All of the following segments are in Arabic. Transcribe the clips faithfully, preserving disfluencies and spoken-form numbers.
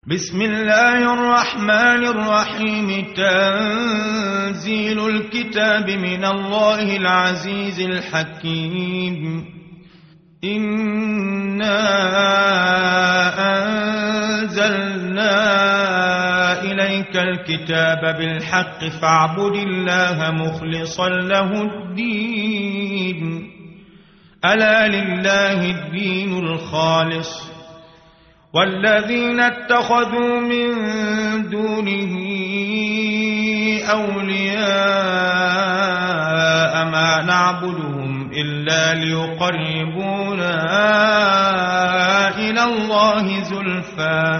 بسم الله الرحمن الرحيم. تنزيل الكتاب من الله العزيز الحكيم. إنا أنزلنا إليك الكتاب بالحق فاعبد الله مخلصا له الدين. ألا لله الدين الخالص والذين اتخذوا من دونه أولياء ما نعبدهم إلا ليقربونا إلى الله زلفى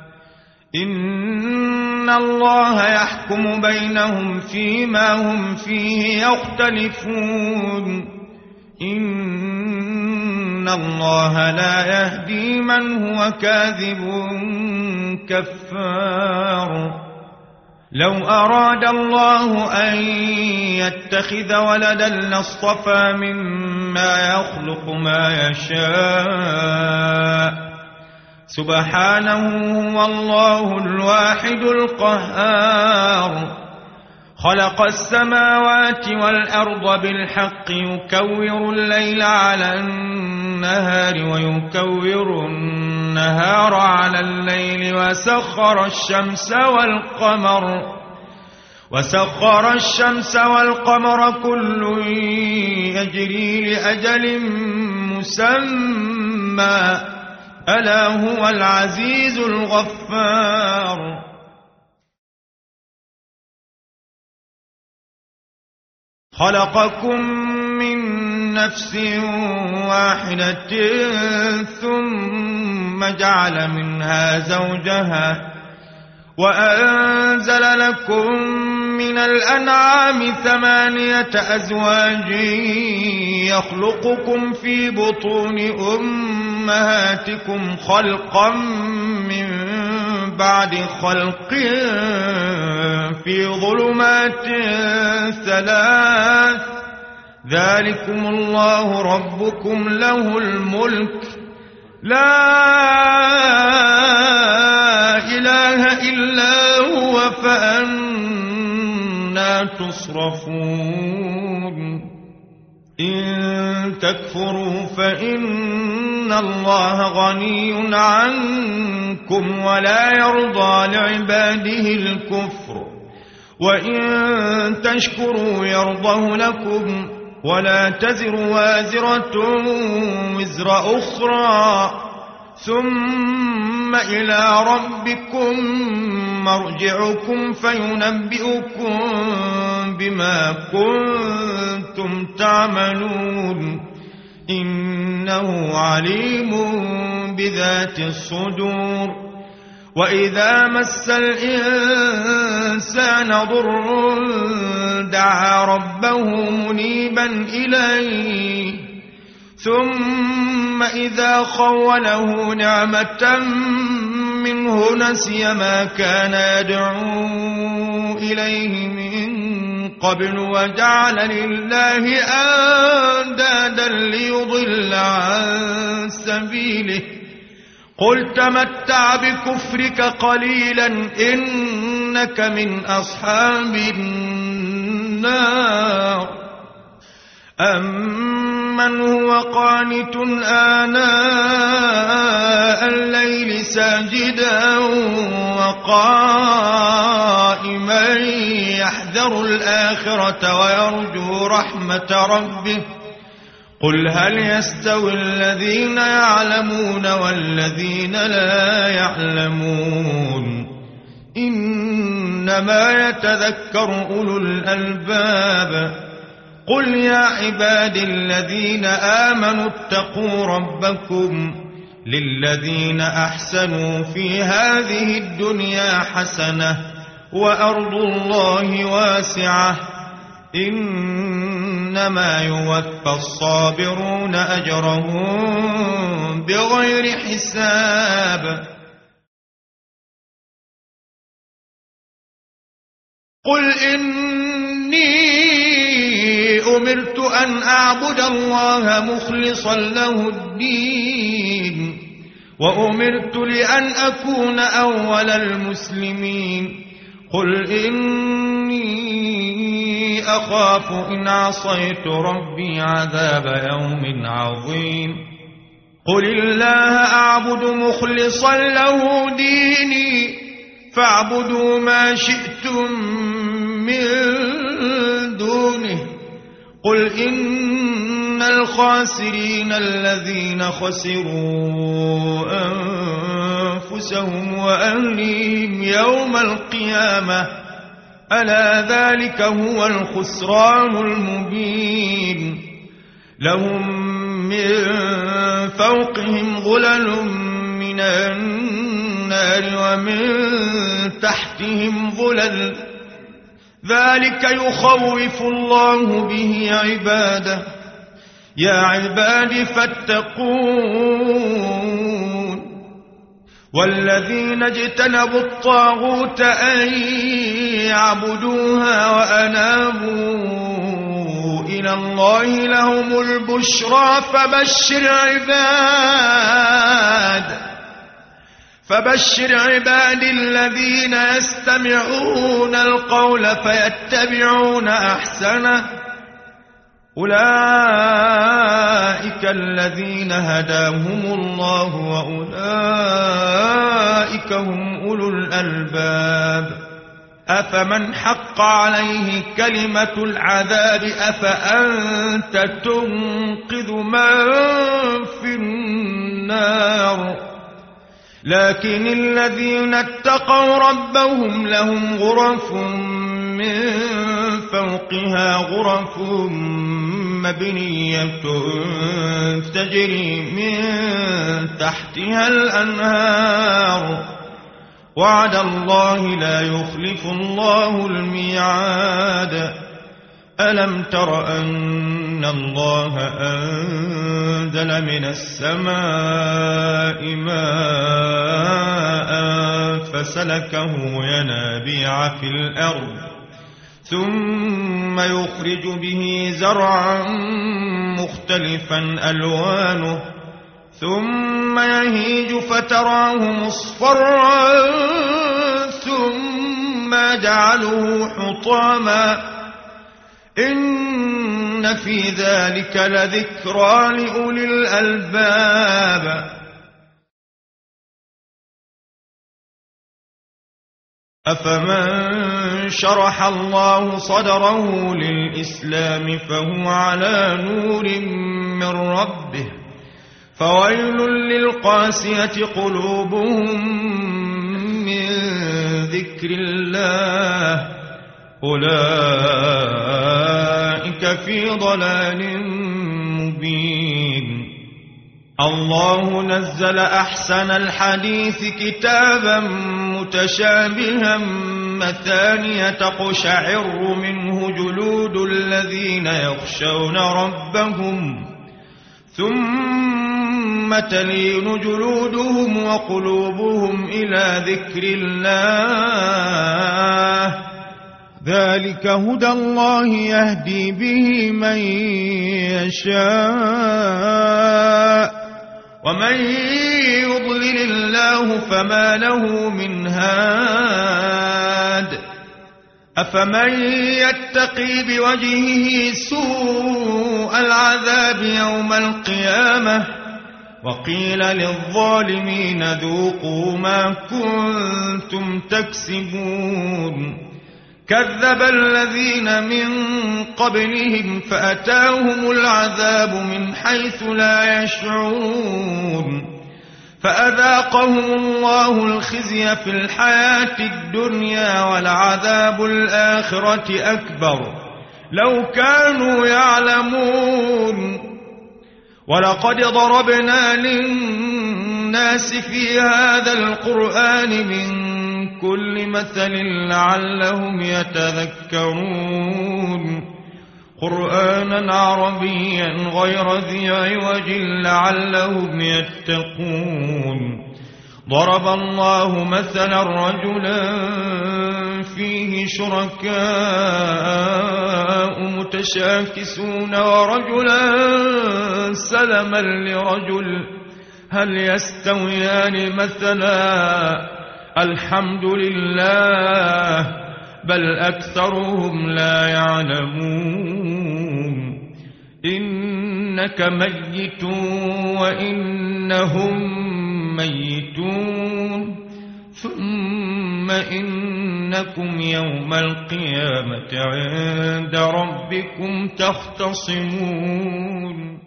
إن الله يحكم بينهم فيما هم فيه يختلفون. إن الله لا يهدي من هو كاذب كفار. لو أراد الله أن يتخذ ولدا لاصطفى مما يخلق ما يشاء سبحانه والله الواحد القهار. خلق السماوات والأرض بالحق يكور الليل على النهار ويكور النهار على الليل وسخر الشمس والقمر وسخر الشمس والقمر كل يجري لأجل مسمى ألا هو العزيز الغفار. خلقكم من نفس واحدة ثم جعل منها زوجها وأنزل لكم من الأنعام ثمانية أزواج يخلقكم في بطون أمهاتكم خلقا من بعد خلق في ظلمات ثلاث ذلكم الله ربكم له الملك لا إله إلا هو فأنى تصرفون. إن تكفروا فإن الله غني عنكم ولا يرضى لعباده الكفر وإن تشكروا يرضه لكم ولا تزر وازرة وزر أخرى ثم إلى ربكم مرجعكم فينبئكم بما كنتم تعملون. إنه عليم بذات الصدور. وإذا مس الإنسان ضر دعا ربه منيبا إليه ثم إذا خوله نعمة منه نسي ما كان يدعو إليه من قبل وجعل لله أندادا ليضل عن سبيله. قل تمتع بكفرك قليلا إنك من أصحاب النار. أمن هو قانت آناء الليل ساجدا وقائما يحذر الآخرة ويرجو رحمة ربه. قل هل يستوي الذين يعلمون والذين لا يعلمون إنما يتذكر أولو الألباب. قل يا عباد الذين آمنوا اتقوا ربكم للذين أحسنوا في هذه الدنيا حسنة وأرض الله واسعة إنما يوفى الصابرون أجرهم بغير حساب. قل إني أمرت أن أعبد الله مخلصا له الدين وأمرت لأن أكون أول المسلمين قل إني أخاف إن عصيت ربي عذاب يوم عظيم قل الله أعبد مخلصا له ديني فاعبدوا ما شئتم من دونه قل إن الخاسرين الذين خسروا أنفسهم وأهليهم يوم القيامة ألا ذلك هو الخسران المبين لهم من فوقهم ظلل من النار ومن تحتهم ظلل ذلك يخوف الله به عباده يا عباد فاتقون والذين اجتنبوا الطاغوت أن يعبدوها وأنابوا إلى الله لهم البشرى فبشر عباد فبشر عبادي الذين يستمعون القول فيتبعون أحسنه أولئك الذين هداهم الله وأولئك هم أولو الألباب أفمن حق عليه كلمة العذاب أفأنت تنقذ من في النار لكن الذين اتقوا ربهم لهم غرف من فوقها غرف مبنية تجري من تحتها الأنهار وعد الله لا يخلف الله الميعاد ألم تر أن الله أنزل من السماء ماء فسلكه ينابيع في الأرض ثم يخرج به زرعا مختلفا ألوانه ثم يهيج فتراه مصفرا ثم يجعله حطاما إن في ذلك لذكرى لأولي الألباب أفمن شرح الله صدره للإسلام فهو على نور من ربه فويل للقاسية قلوبهم من ذكر الله أولئك في ضلال مبين الله نزل أحسن الحديث كتابا متشابها مثانية تقشعر منه جلود الذين يخشون ربهم ثم تلين جلودهم وقلوبهم إلى ذكر الله ذلك هدى الله يهدي به من يشاء ومن يضلل الله فما له من هاد أفمن يتقي بوجهه سوء العذاب يوم القيامة وقيل للظالمين ذوقوا ما كنتم تكسبون كذب الذين من قبلهم فأتاهم العذاب من حيث لا يشعرون فأذاقهم الله الخزي في الحياة الدنيا ولعذاب الآخرة أكبر لو كانوا يعلمون ولقد ضربنا للناس في هذا القرآن من كل مثل لعلهم يتذكرون قرآنا عربيا غير ذي عوج لعلهم يتقون ضرب الله مثلا رجلا فيه شركاء متشاكسون ورجلا سلما لرجل هل يستويان مثلا الحمد لله بل أكثرهم لا يعلمون إنك ميت وإنهم ميتون ثم إنكم يوم القيامة عند ربكم تختصمون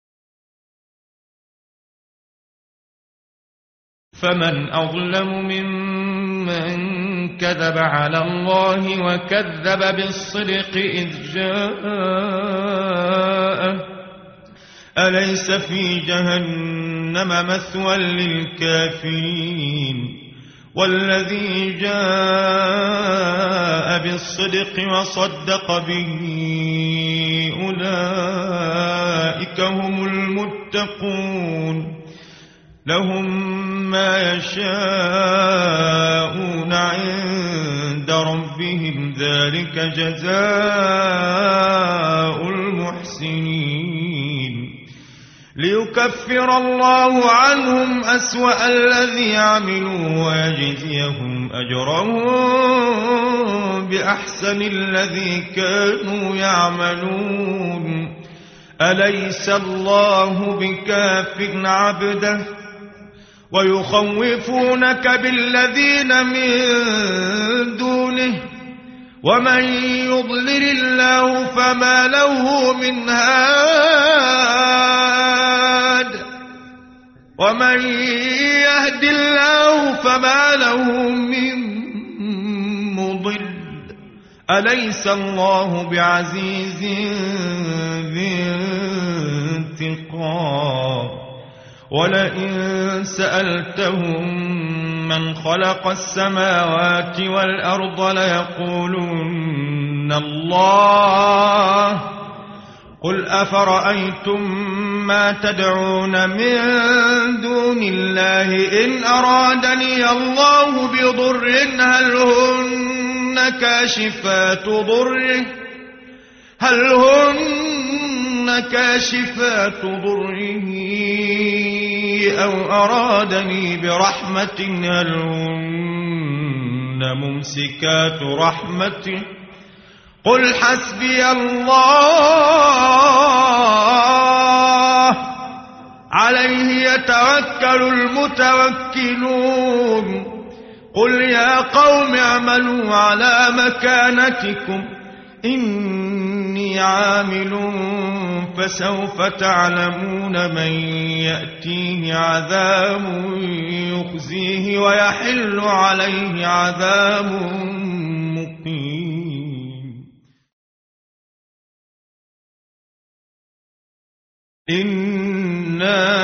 فمن أظلم ممن كذب على الله وكذب بالصدق إذ جاءه أليس في جهنم مثوى للكافرين والذي جاء بالصدق وصدق به أولئك هم المتقون لهم ما يشاءون عند ربهم ذلك جزاء المحسنين ليكفر الله عنهم أسوأ الذي عملوا ويجزيهم أجرهم بأحسن الذي كانوا يعملون أليس الله بكاف عبده ويخوفونك بالذين من دونه ومن يضلل الله فما له من هاد ومن يهد الله فما له من مضل أليس الله بعزيز ذي انتقام ولئن سألتهم من خلق السماوات والأرض ليقولن الله قل أفرأيتم ما تدعون من دون الله إن أرادني الله بضر هل هن كاشفات ضره هل هن كاشفات ضره أو أرادني برحمة هل هن ممسكات رحمته قل حسبي الله عليه يتوكل المتوكلون قل يا قوم اعملوا على مكانتكم إني عامل فسوف تعلمون من يأتيه عذاب يخزيه ويحل عليه عذاب مقيم إنا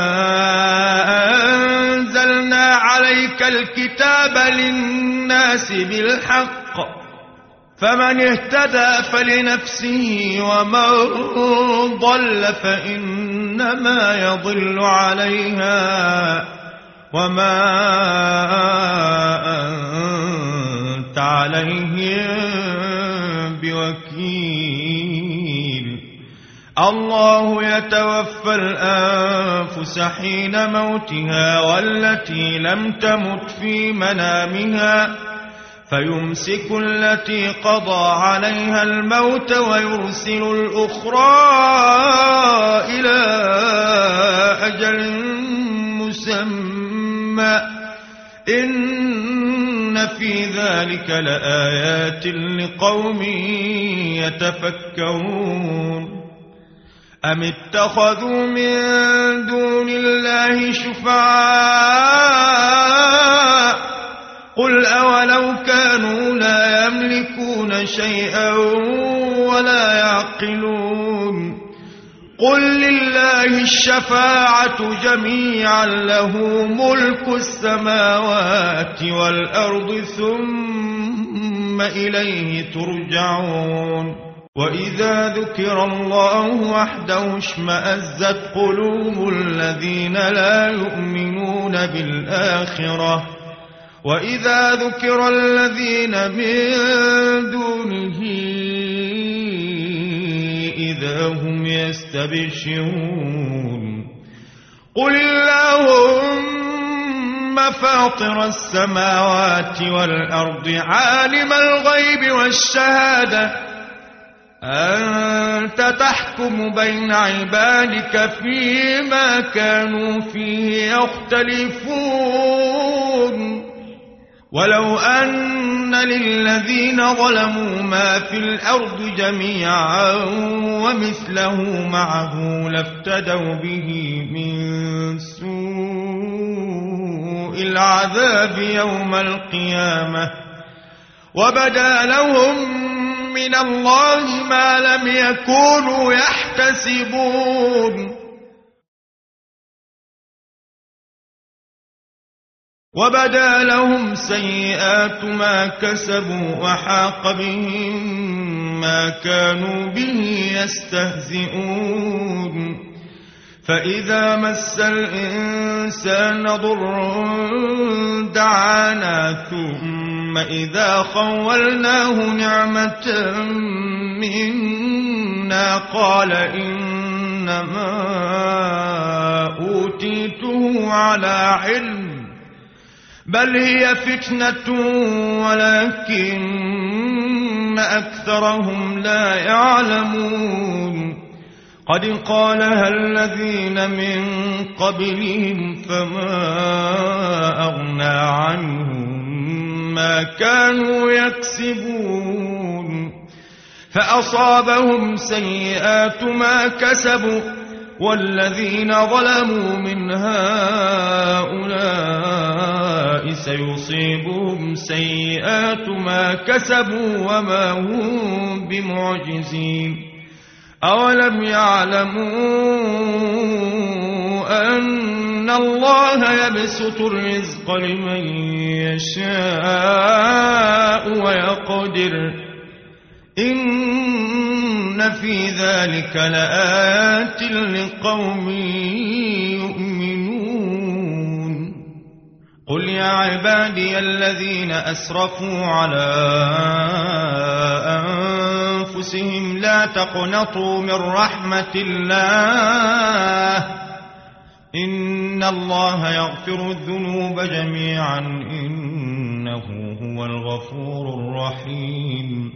أنزلنا عليك الكتاب للناس بالحق فمن اهتدى فلنفسه ومن ضل فإنما يضل عليها وما أنت عليهم بوكيل الله يتوفى الأنفس حين موتها والتي لم تمت في منامها فيمسك التي قضى عليها الموت ويرسل الأخرى إلى أجل مسمى إن في ذلك لآيات لقوم يتفكرون أم اتخذوا من دون الله شفعاء قل أولو كانوا لا يملكون شيئا ولا يعقلون قل لله الشفاعة جميعا له ملك السماوات والأرض ثم إليه ترجعون وإذا ذكر الله وحده اشمأزت قلوب الذين لا يؤمنون بالآخرة وإذا ذكر الذين من دونه إذا هم يستبشرون قل اللهم فاطر السماوات والأرض عالم الغيب والشهادة أنت تحكم بين عبادك فيما كانوا فيه يختلفون ولو أن للذين ظلموا ما في الأرض جميعا ومثله معه لافتدوا به من سوء العذاب يوم القيامة وبدا لهم من الله ما لم يكونوا يحتسبون وبدا لهم سيئات ما كسبوا وحاق بهم ما كانوا به يستهزئون فإذا مس الإنسان ضر دعانا ثم إذا خولناه نعمة منا قال إنما أوتيته على علم بل هي فتنة ولكن أكثرهم لا يعلمون قد قالها الذين من قبلهم فما أغنى عنهم ما كانوا يكسبون فأصابهم سيئات ما كسبوا والذين ظلموا من هؤلاء سيصيبهم سيئات ما كسبوا وما هم بمعجزين أولم يعلموا أن الله يبسط الرزق لمن يشاء ويقدر إن في ذلك لآيات لقوم يؤمنون قل يا عبادي الذين أسرفوا على أنفسهم لا تقنطوا من رحمة الله إن الله يغفر الذنوب جميعا إنه هو الغفور الرحيم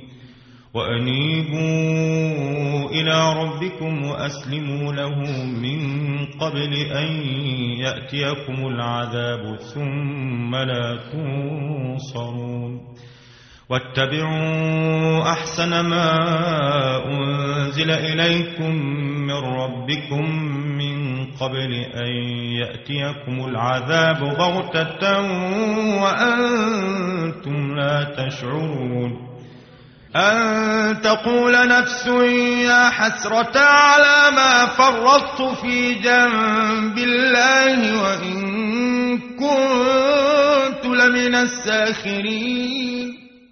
وأنيبوا إلى ربكم وأسلموا له من قبل أن يأتيكم العذاب ثم لا تنصرون واتبعوا أحسن ما أنزل إليكم من ربكم من قبل أن يأتيكم العذاب بغتة وأنتم لا تشعرون أن تقول نفس يا حسرة على ما فرطت في جنب الله وإن كنت لمن الساخرين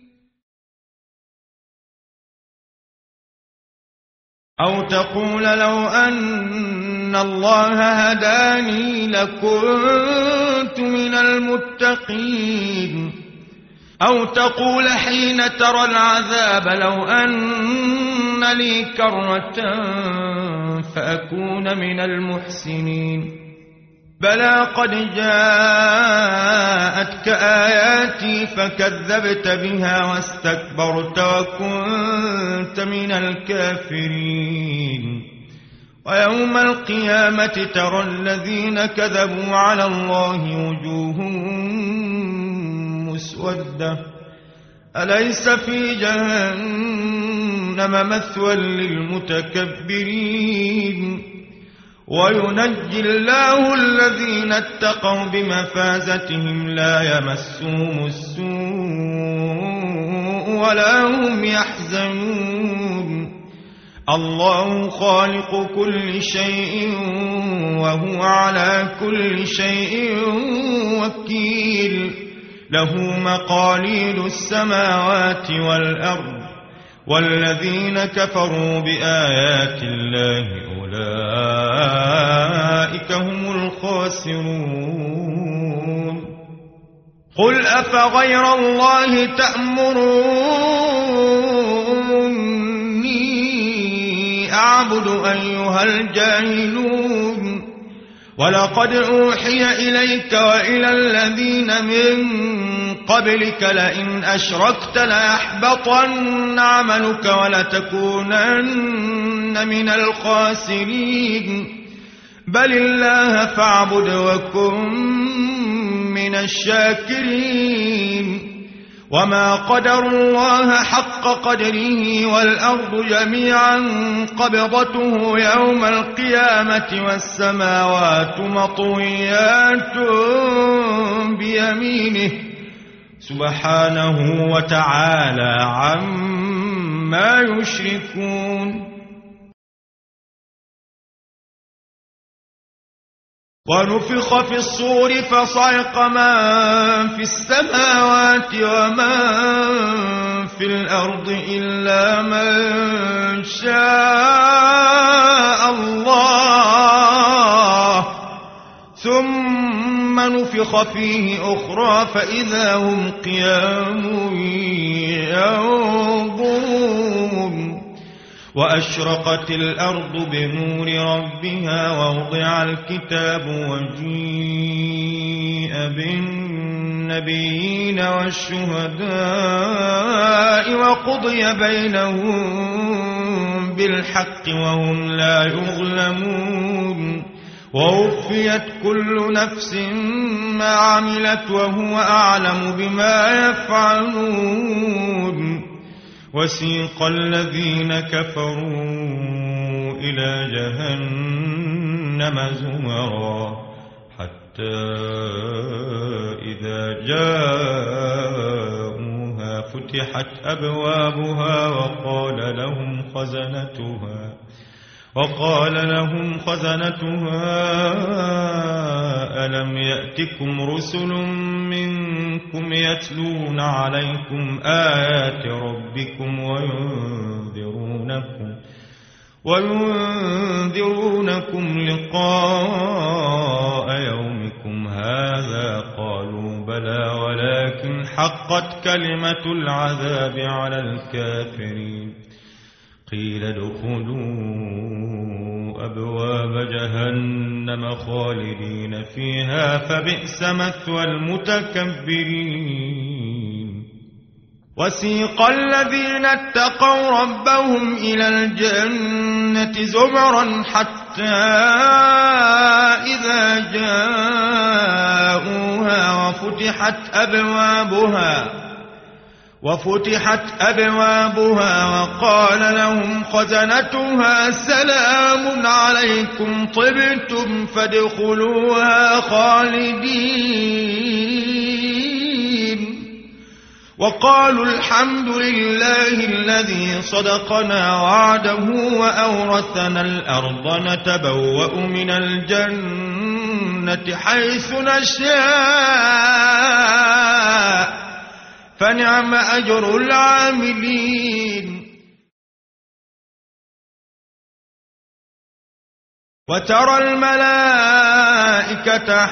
أو تقول لو أن الله هداني لكنت من المتقين أو تقول حين ترى العذاب لو أن لي كرة فأكون من المحسنين بلى قد جاءتك آياتي فكذبت بها واستكبرت وكنت من الكافرين ويوم القيامة ترى الذين كذبوا على الله وجوههم مسودة أليس في جهنم مثوى للمتكبرين وينجي الله الذين اتقوا بمفازتهم لا يمسهم السوء ولا هم يحزنون الله خالق كل شيء وهو على كل شيء وكيل له مقاليد السماوات والأرض والذين كفروا بآيات الله أولئك هم الخاسرون قل أفغير الله تأمروني أعبد أيها الجاهلون ولقد أوحي إليك وإلى الذين من قبلك لئن أشركت ليحبطن عملك ولتكونن من الخاسرين بل الله فاعبد وكن من الشاكرين وما قدروا الله حق قدره والأرض جميعا قبضته يوم القيامة والسماوات مطويات بيمينه سبحانه وتعالى عما يشركون ونفخ في الصور فصعق من في السماوات ومن في الأرض إلا من شاء الله ثم نفخ فيه أخرى فإذا هم قيام ينظرون وأشرقت الأرض بنور ربها ووضع الكتاب وجيء بالنبيين والشهداء وقضي بينهم بالحق وهم لا يظلمون ووفيت كل نفس ما عملت وهو أعلم بما يفعلون وسيق الذين كفروا إلى جهنم زمرا حتى إذا جاءوها فتحت أبوابها وقال لهم خزنتها وقال لهم خزنتها ألم يأتكم رسل منكم يتلون عليكم آيات ربكم وينذرونكم وينذرونكم لقاء يومكم هذا قالوا بلى ولكن حقت كلمة العذاب على الكافرين قيل ادخلوا أبواب جهنم خالدين فيها فبئس مثوى المتكبرين وسيق الذين اتقوا ربهم إلى الجنة زمرا حتى إذا جاءوها وفتحت أبوابها وفتحت أبوابها وقال لهم خزنتها سلام عليكم طبتم فادخلوها خالدين وقالوا الحمد لله الذي صدقنا وعده وأورثنا الأرض نتبوأ من الجنة حيث نشاء فنعم أجر العاملين وترى الملائكة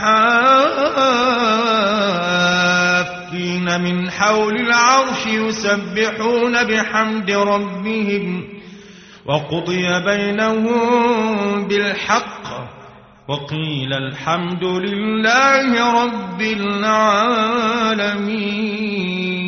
حافين من حول العرش يسبحون بحمد ربهم وقضي بينهم بالحق وقيل الحمد لله رب العالمين